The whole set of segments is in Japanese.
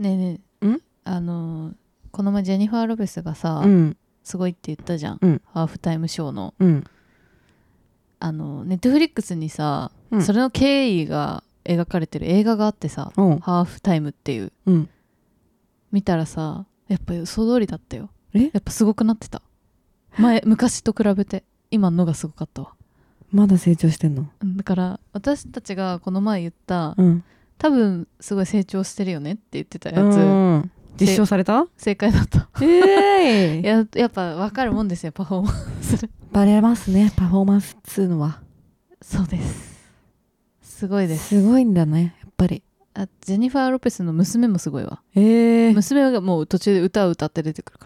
ねえねえ、この前ジェニファー・ロペスがさ、すごいって言ったじゃん、ハーフタイムショーの、ネットフリックスにさ、それの経緯が描かれてる映画があってさ、ハーフタイムっていう、見たらさ、やっぱ予想通りだったよ。やっぱすごくなってた。昔と比べて今のがすごかったわ。 まだ成長してんの？ だから私たちがこの前言った、多分すごい成長してるよねって言ってたやつ、 実証された？ 正解だった。やっぱ分かるもんですよ、パフォーマンス。 バレますね、パフォーマンスっつうのは。 そうです。すごいです。 すごいんだね、やっぱり。 ジェニファー・ロペスの娘もすごいわ。娘がもう途中で歌を歌って出てくるから。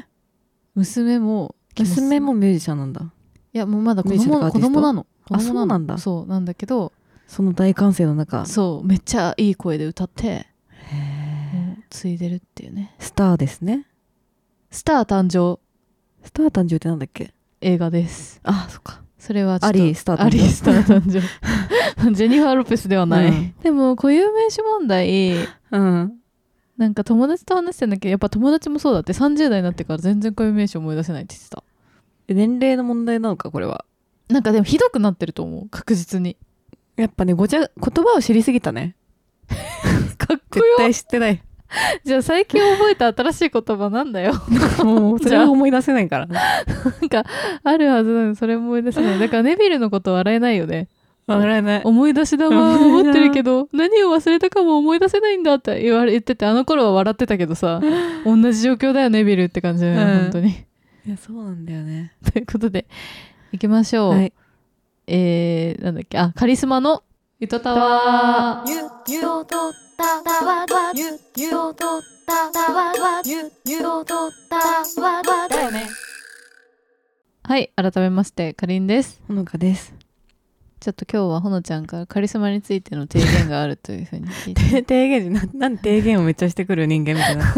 娘もミュージシャンなんだ。 いやもうまだ子供なの。 そうなんだ。 そうなんだけど、 その大歓声の中、 そうめっちゃいい声で歌って継いでるっていうね。 スターですね。 スター誕生。 スター誕生ってなんだっけ？ 映画です。 あ、そっか。 それはちょっとアリースター誕生。ジェニファー・ロペスではない、でも固有名詞問題、なんか友達と話してんだけど、やっぱ友達もそうだって、30代になってから全然固有名詞思い出せないって言ってた。 年齢の問題なのかこれは。 なんかでもひどくなってると思う、確実に。 やっぱね、言葉を知りすぎたね。 かっこよ。 絶対知ってない。 じゃあ最近覚えた新しい言葉なんだよ。 もうそれは思い出せないからね。 なんかあるはずなのにそれも思い出せない。だからネビルのこと笑えないよね。 笑えない。 思い出し玉は持ってるけど何を忘れたかも思い出せないんだって言ってて、あの頃は笑ってたけどさ、同じ状況だよネビルって感じだよね、本当に。 いや、そうなんだよね。 ということでいきましょう。なんだっけ、カリスマのゆとたわ。ゆとたわはゆとたわはゆとたわはだよね。はい、改めましてかりんです。 ほのかです。 ちょっと今日はほのちゃんからカリスマについての提言があるというふうに聞いて。 提言なんで提言をめっちゃしてくる人間みたいな。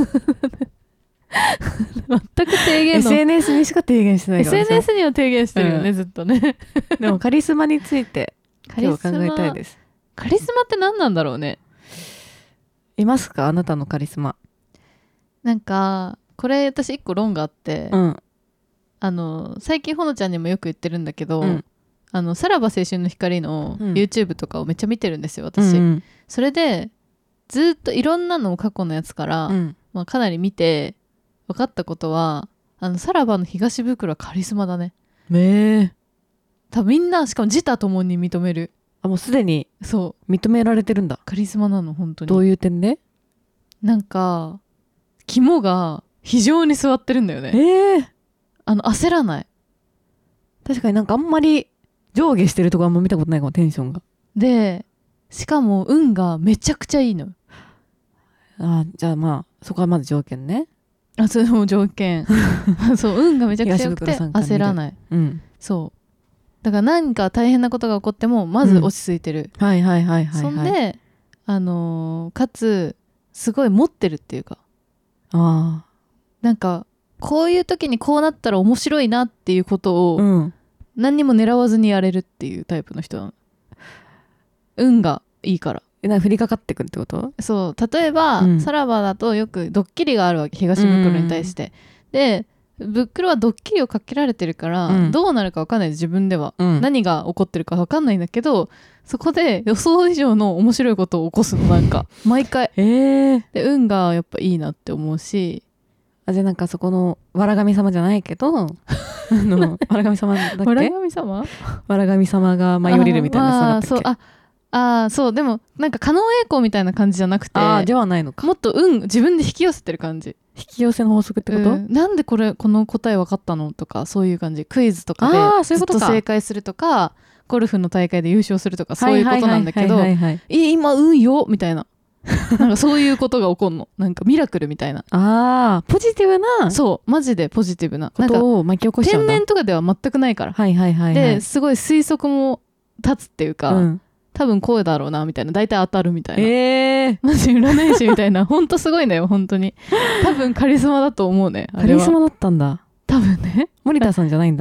全く提言の SNS にしか提言してないから。 SNS には提言してるよね、ずっとね。 でもカリスマについて今日考えたいです。 カリスマって何なんだろうね。 いますか、あなたのカリスマ。 なんかこれ私一個論があって、最近ほのちゃんにもよく言ってるんだけど、さらば青春の光の YouTube とかをめっちゃ見てるんですよ、私。それでずっといろんなのを過去のやつから、かなり見て分かったことは、さらばの東袋はカリスマだね。多分みんな、しかも自他ともに認める。 もうすでにそう認められてるんだ。 カリスマなの、本当に。 どういう点で？ なんか肝が非常に座ってるんだよね。焦らない。 確かになんかあんまり上下してるとこあんま見たことないかも、テンションが。 でしかも運がめちゃくちゃいいの。 じゃあまあそこはまず条件ね。 それも条件。そう、運がめちゃくちゃ良くて焦らない。そうだから何か大変なことが起こってもまず落ち着いてる。そんでかつすごい持ってるっていうか、なんかこういう時にこうなったら面白いなっていうことを何にも狙わずにやれるっていうタイプの人なの。運がいいから。 降りかかってくるってこと？ そう、例えば、さらばだとよくドッキリがあるわけ、東袋に対して。で袋はドッキリをかけられてるから、どうなるか分かんない、自分では、何が起こってるか分かんないんだけど、そこで予想以上の面白いことを起こすの、なんか毎回。で運がやっぱいいなって思うし。 じゃあなんかそこのわら神様じゃないけどわら神様だっけ？わら神様？わら神様が舞い降りるみたいな。 そうでもなんか狩野英孝みたいな感じじゃなくて、 ではないのか。 もっと自分で引き寄せてる感じ。 引き寄せの法則ってこと？ なんでこの答え分かったのとか、そういう感じ。クイズとかでずっと正解するとか、ゴルフの大会で優勝するとか、そういうことなんだけど、今運よみたいななんかそういうことが起こるの。なんかミラクルみたいな。 ポジティブな。 そうマジでポジティブなことを巻き起こしちゃうんだ。 天然とかでは全くないから。ですごい推測も立つっていうか、多分こうだろうなみたいな、大体当たるみたいな。マジ占い師みたいな。ほんとすごいんだよ、本当に。多分カリスマだと思うね。 カリスマだったんだ、 多分ね。 森田さんじゃないんだ。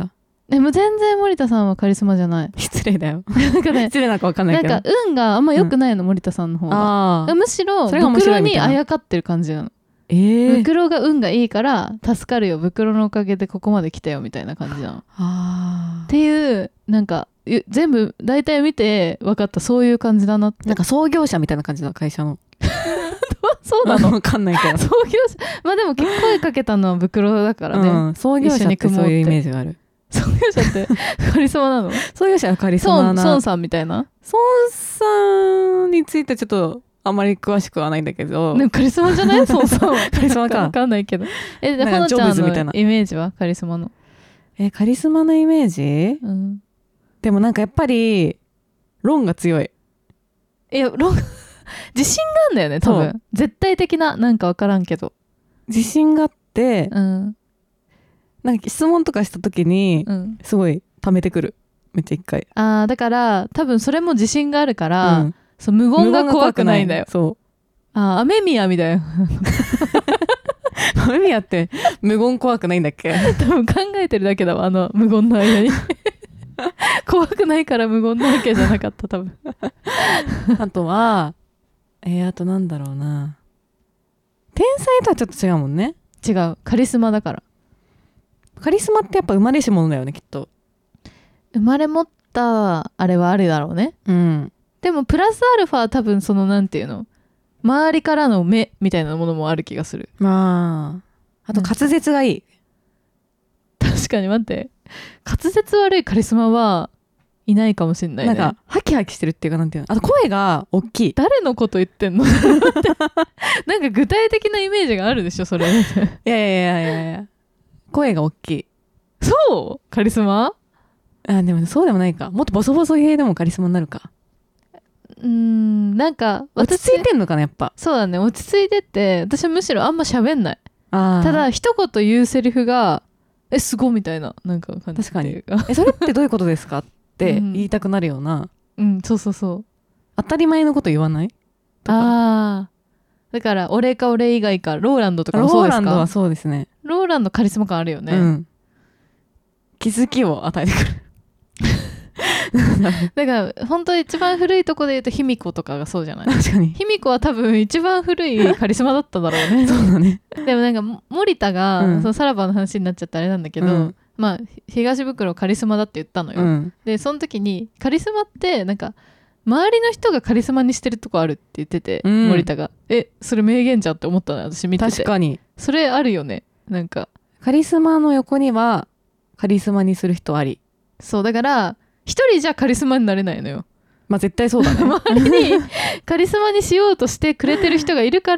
でも全然森田さんはカリスマじゃない。 失礼だよ。なんかね、失礼なんか分かんないけど、 なんか運があんま良くないの、森田さんの方が。むしろ袋にあやかってる感じなの。袋が運がいいから助かるよ、袋のおかげでここまで来たよみたいな感じなの。っていうなんか全部大体見て分かった、そういう感じだなって。 なんか創業者みたいな感じの会社のそうなの分かんないけど、 創業者、まあでも声かけたのは袋だからね、 創業者ってそういうイメージがある。 創業者ってカリスマなの？ 創業者はカリスマな。 孫さんみたいな。 孫さんについてちょっとあまり詳しくはないんだけど、 でもカリスマじゃない？孫さんはカリスマか分かんないけど。ほのちゃんのイメージはカリスマの。 カリスマのイメージ、でもなんかやっぱり論が強い。 いや論自信があるんだよね多分。絶対的な、なんか分からんけど自信があって、なんか質問とかした時に、すごい溜めてくる、めっちゃ一回。 だから多分それも自信があるから、そう無言が怖くないんだよ。 そう、 雨宮みたいな雨宮って無言怖くないんだっけ？ 多分考えてるだけだわ、無言の間に怖くないから無言なわけじゃなかった多分あとはあとなんだろうな、天才とはちょっと違うもんね。 違う、カリスマだから。 カリスマってやっぱ生まれし者だよね、きっと。 生まれ持ったあれはあるだろうね。でもプラスアルファ多分そのなんていうの、周りからの目みたいなものもある気がする。 あと滑舌がいい。 確かに、待って、滑舌悪いカリスマはいないかもしれないね。 なんかハキハキしてるっていうか、なんていうの、あと声が大きい。 誰のこと言ってんのなんか具体的なイメージがあるでしょそれいや声が大きい。 そうカリスマ？ でもそうでもないか。もっとボソボソ系でもカリスマになるか。 なんか落ち着いてんのかな、やっぱ。 そうだね、落ち着いてて、私はむしろあんま喋んない。ただ一言言うセリフがすごいみたいな、なんか感じ。 確かにそれってどういうことですかって言いたくなるような。 そう当たり前のこと言わない？ だから俺か俺以外か、ローランドとかもそうですか？ ローランドはそうですね。 ローランドカリスマ感あるよね。 気づきを与えてくるだから本当一番古いとこで言うと卑弥呼とかがそうじゃない？ 確かに卑弥呼は多分一番古いカリスマだっただろうねそうだね。 でもなんか森田が、そのさらばの話になっちゃってあれなんだけど、まあ東袋カリスマだって言ったのよ、でその時にカリスマってなんか周りの人がカリスマにしてるとこあるって言ってて、森田がそれ名言じゃんって思ったのよ、私見てて。 確かにそれあるよね。なんかカリスマの横にはカリスマにする人あり。 そうだから一人じゃカリスマになれないのよ。 まあ絶対そうだね周りにカリスマにしようとしてくれてる人がいるから、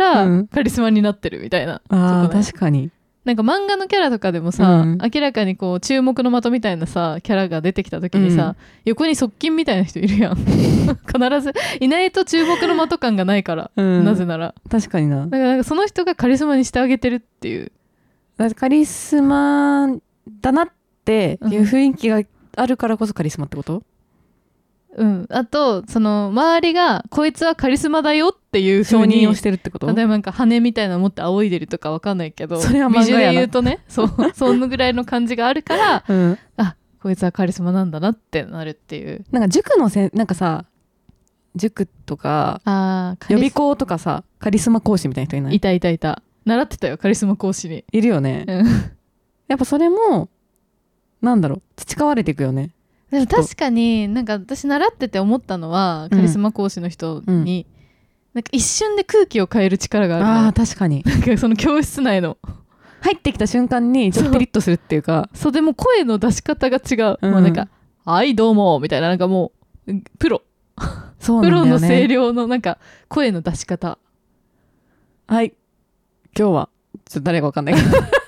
カリスマになってるみたいな。 確かに。 なんか漫画のキャラとかでもさ、明らかにこう注目の的みたいなさキャラが出てきた時にさ、横に側近みたいな人いるやん必ずいないと注目の的感がないから、なぜなら。 確かにな。 だからなんかその人がカリスマにしてあげてるっていう、 カリスマだなっていう雰囲気があるからこそカリスマってこと？ あとその周りがこいつはカリスマだよっていう承認をしてるってこと？ 例えばなんか羽みたいなの持って仰いでるとかわかんないけど、 それは漫画やな。 ビジュで言うとねそのぐらいの感じがあるから、こいつはカリスマなんだなってなるっていう。 なんか塾のなんかさ、塾とか予備校とかさ、カリスマ講師みたいな人いない？ いた習ってたよ、カリスマ講師に。 いるよね、やっぱそれもなんだろう、培われていくよね。 でも確かになんか私習ってて思ったのは、カリスマ講師の人に、なんか一瞬で空気を変える力がある。 確かに。 なんかその教室内の入ってきた瞬間にちょっとピリッとするっていうか、 そうでも声の出し方が違う、もうなんかはいどうもみたいな、なんかもうプロそうなんだよね、 プロの声量のなんか声の出し方。 はい、今日はちょっと誰かわかんないけど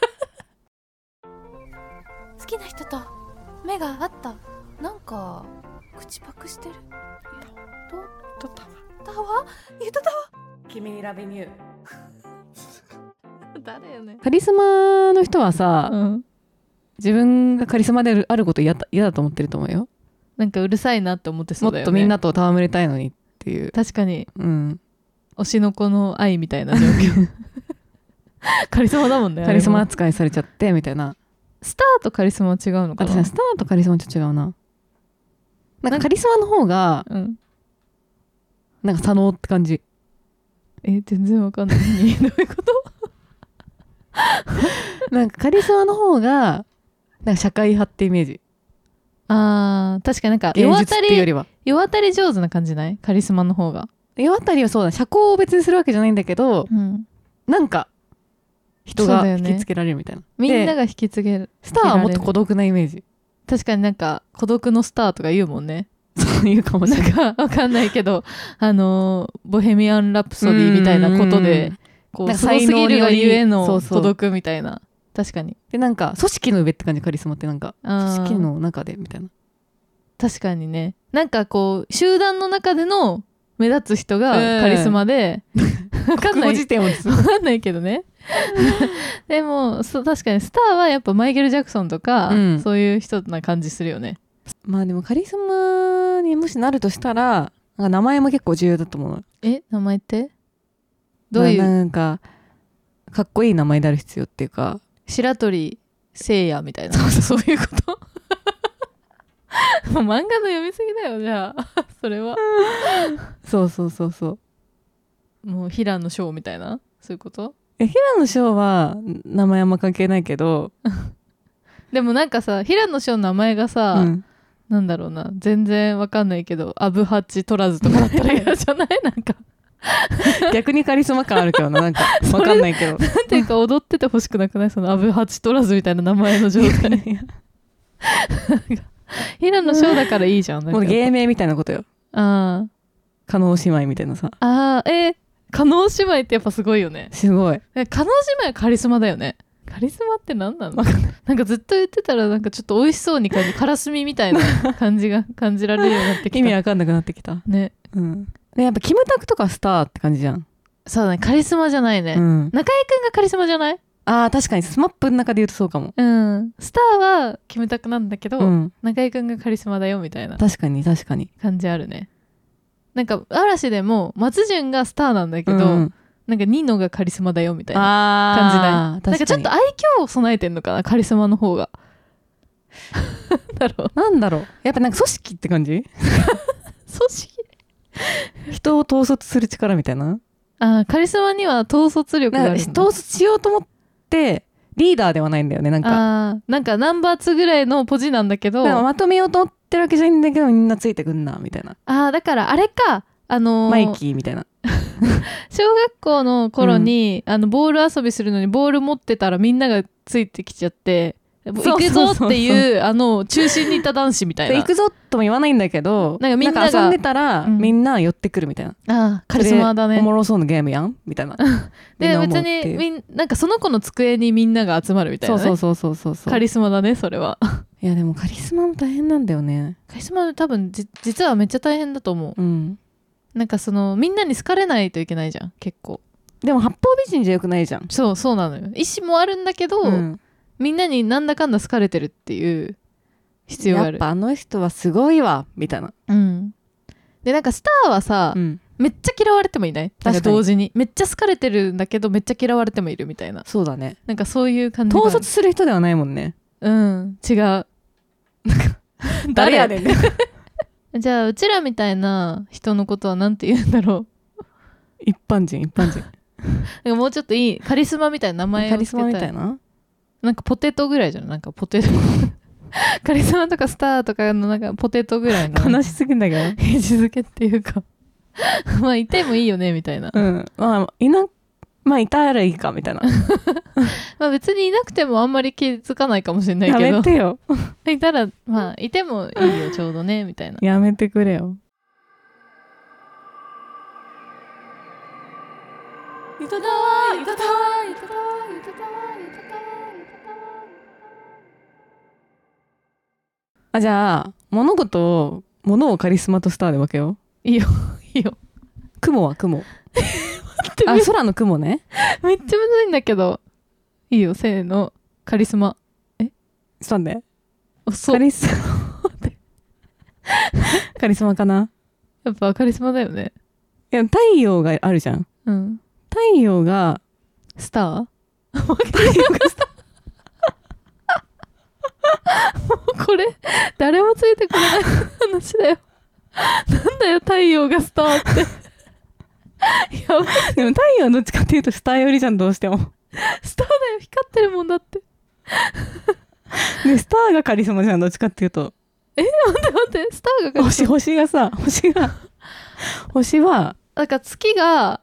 好きな人と目が合った。なんか口パクしてる。言ったわ君にラブニュー誰よね。 カリスマの人はさ、自分がカリスマであること嫌だと思ってると思うよ。 なんかうるさいなって思ってそうだよね。 もっとみんなと戯れたいのにっていう。 確かに、推しの子の愛みたいな状況カリスマだもんね。 カリスマ扱いされちゃってみたいな。 スターとカリスマは違うのかな。 私はスターとカリスマと違うな。なんかカリスマの方がなんか左脳って感じ。 全然わかんない。どういうことなんかカリスマの方がなんか社会派ってイメージ。 あー、確かになんか世渡り上手な感じない？カリスマの方が。 世渡りはそうだ、社交を別にするわけじゃないんだけど、なんか人が引きつけられるみたいな、 みんなが引きつける。 スターはもっと孤独なイメージ。 確かになんか孤独のスターとか言うもんね。 そういうかもしれない。 なんかわかんないけどボヘミアン・ラプソディみたいなことでこうすごすぎるがゆえの孤独みたいな。確かに。 でなんか組織の上って感じ。カリスマってなんか組織の中でみたいな。 確かにね。なんかこう集団の中での目立つ人がカリスマで、わかんないけどねでも確かにスターはやっぱマイケル・ジャクソンとか、そういう人な感じするよね。 まあでもカリスマにもしなるとしたらなんか名前も結構重要だと思う。 名前ってどういう、 なんかかっこいい名前である必要っていうか、 白鳥聖也みたいなそういうこともう漫画の読みすぎだよじゃあそれはそうもう平野翔みたいなそういうこと。 平野翔は名前あんま関係ないけどでもなんかさ平野翔の名前がさ、なんだろうな、全然わかんないけどアブハチ取らずとかだったら嫌じゃない？なんか逆にカリスマ感あるけどな。なんかわかんないけどなんていうか踊っててほしくなくない？そのアブハチ取らずみたいな名前の状態平野翔だからいいじゃん。 もう芸名みたいなことよ。 ああ、 加納姉妹みたいなさ。 加納姉妹ってやっぱすごいよね。 すごい。 加納姉妹はカリスマだよね。カリスマって何なの？なんかずっと言ってたらなんかちょっと美味しそうに感じ、カラスミみたいな感じが感じられるようになってきた。 意味わかんなくなってきたね。 でやっぱキムタクとかスターって感じじゃん。 そうだね、カリスマじゃないね。中居くんがカリスマじゃない？ 確かにスマップの中で言うとそうかも。 スターはキムタクなんだけど、中居くんがカリスマだよみたいな。 確かに感じあるね。なんか嵐でも松潤がスターなんだけど、なんかニノがカリスマだよみたいな感じない？なんかちょっと愛嬌を備えてんのかな、カリスマの方がなんだろう、やっぱなんか組織って感じ組織人を統率する力みたいな。 カリスマには統率力があるんだ。 統率しようと思ってリーダーではないんだよね。なんかナンバー2ぐらいのポジなんだけど、 まとめようと思ってるわけじゃないんだけどみんなついてくんなみたいな。 だからあれか、 マイキーみたいな小学校の頃に、ボール遊びするのにボール持ってたらみんながついてきちゃって行くぞっていう中心にいた男子みたいな。 行くぞとも言わないんだけど、なんかみんなが遊んでたら、みんな寄ってくるみたいな。 カリスマだね。 おもろそうなゲームやんみたいなで別になんかその子の机にみんなが集まるみたいなね。 そうカリスマだねそれは。 いやでもカリスマも大変なんだよね。 カリスマ多分実はめっちゃ大変だと思う。なんかみんなに好かれないといけないじゃん結構。 でも八方美人じゃよくないじゃん。 そうなのよ。意思もあるんだけど、みんなになんだかんだ好かれてるっていう必要がある。 やっぱあの人はすごいわみたいな。 でなんかスターはさ、めっちゃ嫌われてもいない？なんか同時にめっちゃ好かれてるんだけどめっちゃ嫌われてもいるみたいな。 そうだね。 なんかそういう感じ。 統率する人ではないもんね。 違う。 誰やねんじゃあうちらみたいな人のことはなんて言うんだろう。 一般人なんかもうちょっといいカリスマみたいな名前をつけたい。 カリスマみたいな。 なんかポテトぐらいじゃん。なんかポテトカリスマとかスターとかのなんかポテトぐらいの悲しすぎんだけど位置づけっていうかまあいてもいいよねみたいな。 まあいたらいいかみたいなまあ別にいなくてもあんまり気づかないかもしれないけど、 やめてよいたらまあいてもいいよちょうどねみたいな。 やめてくれよ。じゃあ物をカリスマとスターで分けよう。いいよ雲は雲空の雲ね。 めっちゃむずいんだけど。いいよせーの。カリスマ。 スタンでカリスマカリスマかな。 やっぱカリスマだよね。 いや太陽があるじゃん。太陽がスター太陽がスターこれ誰もついてこない話だよ。なんだよ太陽がスターってやばい。 でも太陽はどっちかっていうとスター寄りじゃん、どうしても。 スターだよ、光ってるもんだってでスターがカリスマじゃん、どっちかっていうと。 待ってスターがカリスマ。 星がさ、星はなんか月は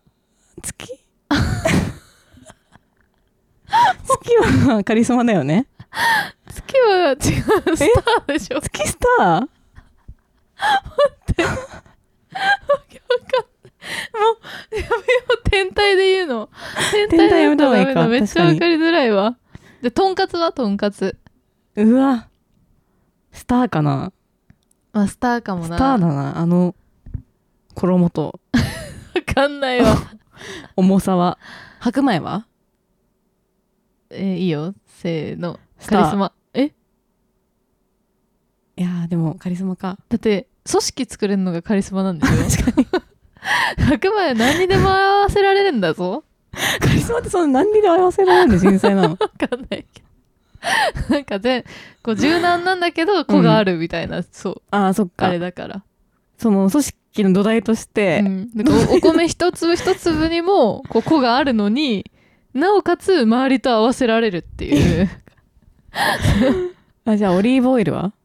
カリスマだよね。 月は違う、スターでしょ。 月スター。待ってわけわかんない。 もうやめよう、天体で言うの。天体やめた方がいいか。 めっちゃわかりづらいわ。でとんかつはとんかつ。 うわ、スターかな。 まあスターかもな。 スターだな、あの衣とわかんないわ重さは。白米は？ いいよ、せーの。カリスマ。 いやでもカリスマか。 だって組織作れるのがカリスマなんですよ。確かに白米は何にでも合わせられるんだぞ。 カリスマってそんな何にでも合わせられるんで人生なの？ わかんないけどなんかこう柔軟なんだけど子があるみたいな、そう。 ああ、そっか。 あれだからその組織の土台として、 なんかお米一粒一粒にもこう子があるのになおかつ周りと合わせられるっていうじゃあオリーブオイルは？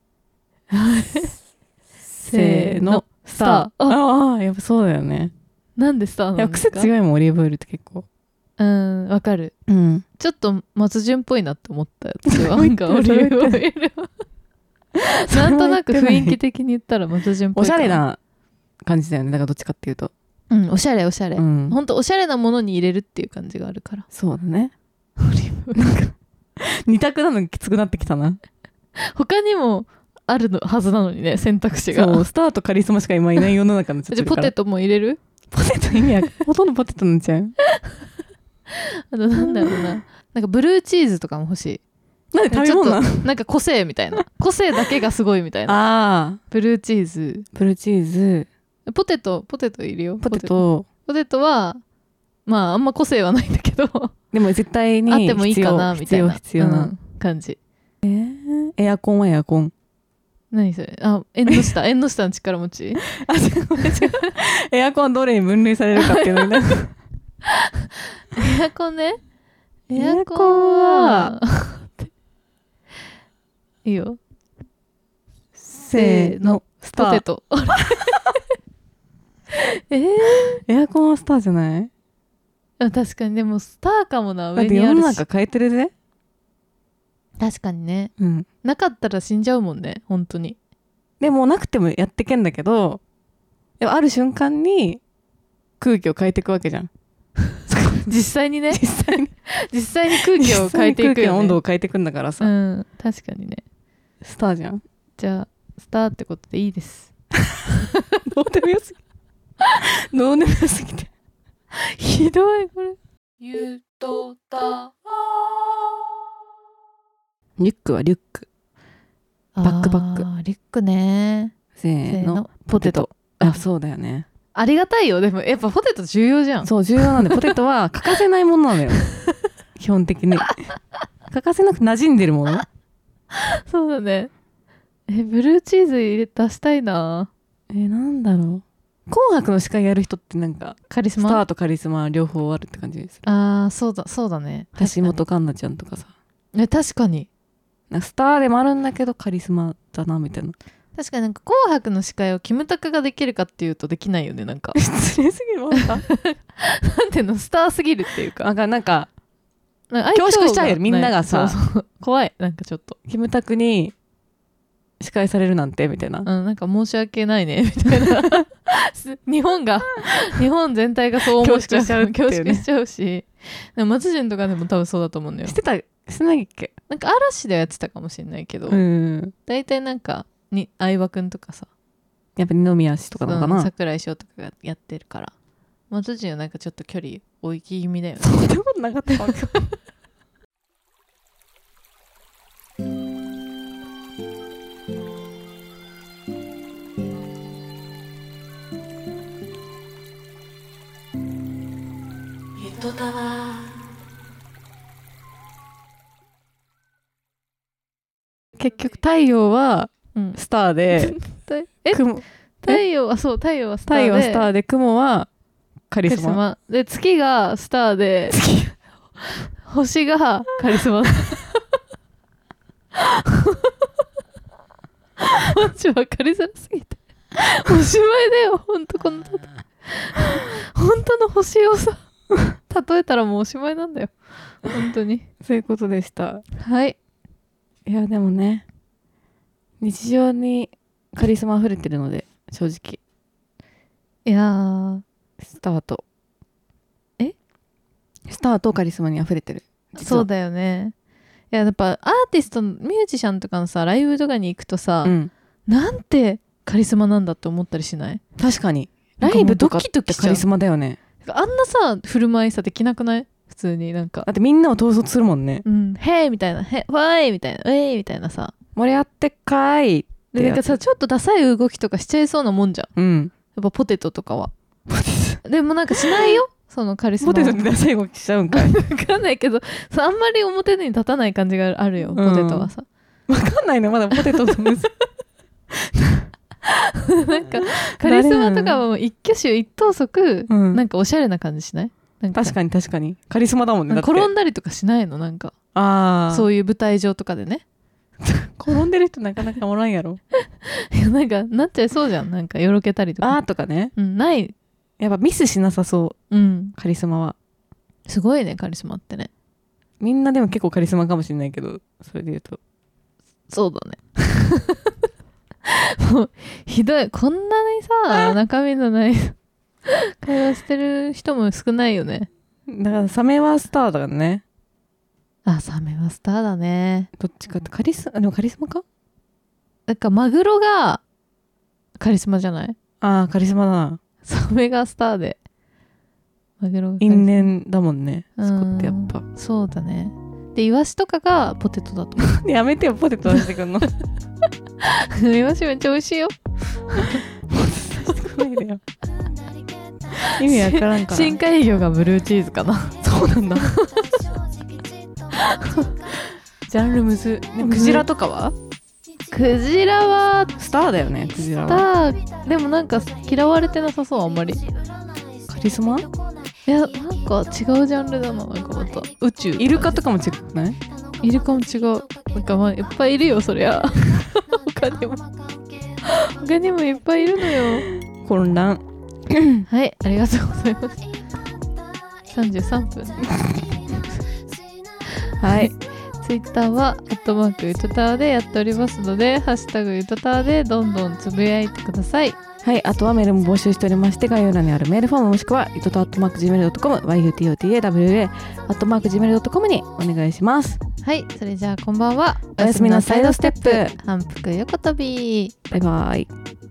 せーの、スター。ああ、やっぱそうだよね。 なんでスターなんですか？ 癖強いもん、オリーブオイルって結構。 わかる。ちょっと松潤っぽいなって思ったやつはなんかオリーブオイルなんとなく雰囲気的に言ったら松潤っぽい。 おしゃれな感じだよね。だからどっちかっていうと。 おしゃれおしゃれ。ほんとおしゃれなものに入れるっていう感じがあるから。 そうだね。オリーブオイル。なんか二択なのにきつくなってきたな。 他にもあるはずなのにね、選択肢が。 そう、スターとカリスマしか今いない世の中になっちゃってるから。 じゃあポテトも入れる？ ポテト意味ほとんどポテトになっちゃう。 あとなんだろうな。なんかブルーチーズとかも欲しい。 なんで食べ物なの？ なんか個性みたいな。個性だけがすごいみたいな。ああ。ブルーチーズ。ポテトいるよ。ポテトは、まああんま個性はないんだけど。 でも絶対にあってもいいかなみたいな必要な感じ。 エアコンはエアコン。 何それ？あ、縁の下の力持ち？ あ、違う。エアコンどれに分類されるかっていうのに。エアコンね。エアコンはいいよ。 せーの、 スター。ポテト。 エアコンはスターじゃない？ 確かに。でもスターかもな。 だって世の中変えてるぜ。 確かにね。なかったら死んじゃうもんね、本当に。 でもなくてもやってけんだけど、でもある瞬間に空気を変えていくわけじゃん。 実際にね。実際に空気を変えていくよね。 空気の温度を変えていくんだからさ。 確かにね。 スターじゃん。 じゃあスターってことでいいです。 どうでもよすぎてひどいこれ。ゆとたリュックはリュック。バックパック。 リュックね。 せーの、ポテト。あ、そうだよね。 ありがたいよ。でもやっぱポテト重要じゃん。 そう、重要なんで、ポテトは欠かせないものなのよ。基本的に。欠かせなく馴染んでるもの。 そうだね。ブルーチーズ出したいな。 なんだろう。紅白の司会やる人ってなんかカリスマ？ スターとカリスマ両方あるって感じです。 そうだね。 橋本環奈ちゃんとかさ。 確かに。 スターでもあるんだけどカリスマだなみたいな。 確かになんか紅白の司会をキムタクができるかっていうとできないよね。なんか失礼すぎるわ。なんていうの、スターすぎるっていうか。 なんか恐縮しちゃうよみんながさ。 そう怖い。なんかちょっとキムタクに司会されるなんてみたいな。 なんか申し訳ないねみたいな。日本全体がそう思っちゃう。恐縮しちゃうし。でも松潤とかでも多分そうだと思うんだよ。 してないっけ？ なんか嵐ではやってたかもしれないけど、大体なんか相葉くんとかさ、 やっぱ二宮氏とかなのかな。 櫻井翔とかがやってるから、松潤はなんかちょっと距離置き気味だよね。 そんなことなかったわ。 ゆとたわ結局太陽はスターで、 太陽はスターで雲はカリスマで、月がスターで星がカリスママジ分かりづらすぎておしまいだよ。ほんとこの本当の星をさ例えたらもうおしまいなんだよ本当に。 そういうことでした。 はい。 いやでもね、日常にカリスマ溢れてるので、正直いやスターとカリスマに溢れてる。 そうだよね。いややっぱアーティストミュージシャンとかのさライブとかに行くとさ、なんてカリスマなんだって思ったりしない？ 確かにライブとかってカリスマだよね。 あんなさ振る舞いさできなくない？普通になんかだってみんなを統率するもんね。 ヘイみたいな、ヘイファイみたいな、ウェイみたいなさ、 盛り上がってっかいってでなんかさちょっとダサい動きとかしちゃいそうなもんじゃん。やっぱポテトとかはでもなんかしないよそのカリスマ。 ポテトってダサい動きしちゃうんかい。 分かんないけどあんまり表に立たない感じがあるよ、ポテトはさ。 分かんないのまだポテトのむずなんかカリスマとかはもう一挙手一投足、なんかおしゃれな感じしない？なんか確かにカリスマだもんね。だって転んだりとかしないの？なんかそういう舞台上とかでね転んでる人なかなかおらんやろ。 いやなんかなっちゃいそうじゃん。なんかよろけたりとかとかね、 ない。 やっぱミスしなさそう、カリスマは。 すごいねカリスマってね。 みんなでも結構カリスマかもしれないけど、それで言うとそうだねもうひどい。こんなにさ中身のない会話してる人も少ないよね。 だからサメはスターだからね。 サメはスターだね。 どっちかってでもカリスマか。 なんかマグロがカリスマじゃない？ カリスマだな。 サメがスターでマグロが因縁だもんね、そこってやっぱ。 そうだね。でイワシとかがポテトだと思うやめてよポテト出してくんのイワシめっちゃ美味しいよ意味わからんから。 深海魚がブルーチーズかな。 そうなんだジャンルむず。クジラとかは？ クジラはスターだよね。クジラはスターでもなんか嫌われてなさそう。あんまりカリスマ？ いやなんか違うジャンルだな。なんかまた宇宙イルカとかも違くない？ イルカも違う。なんかまあいっぱいいるよそりゃ他にもいっぱいいるのよ。 混乱はいありがとうございます。33分はいツイッターは@ゆとたわでやっておりますので、ハッシュタグゆとたわでどんどんつぶやいてください。 はい、あとはメールも募集しておりまして、概要欄にあるメールフォームもしくはゆとた@gmail.com yutotawa@gmail.com にお願いします。 はい、それじゃあこんばんは。 おやすみなサイドステップ。 反復横跳び。 バイバイ。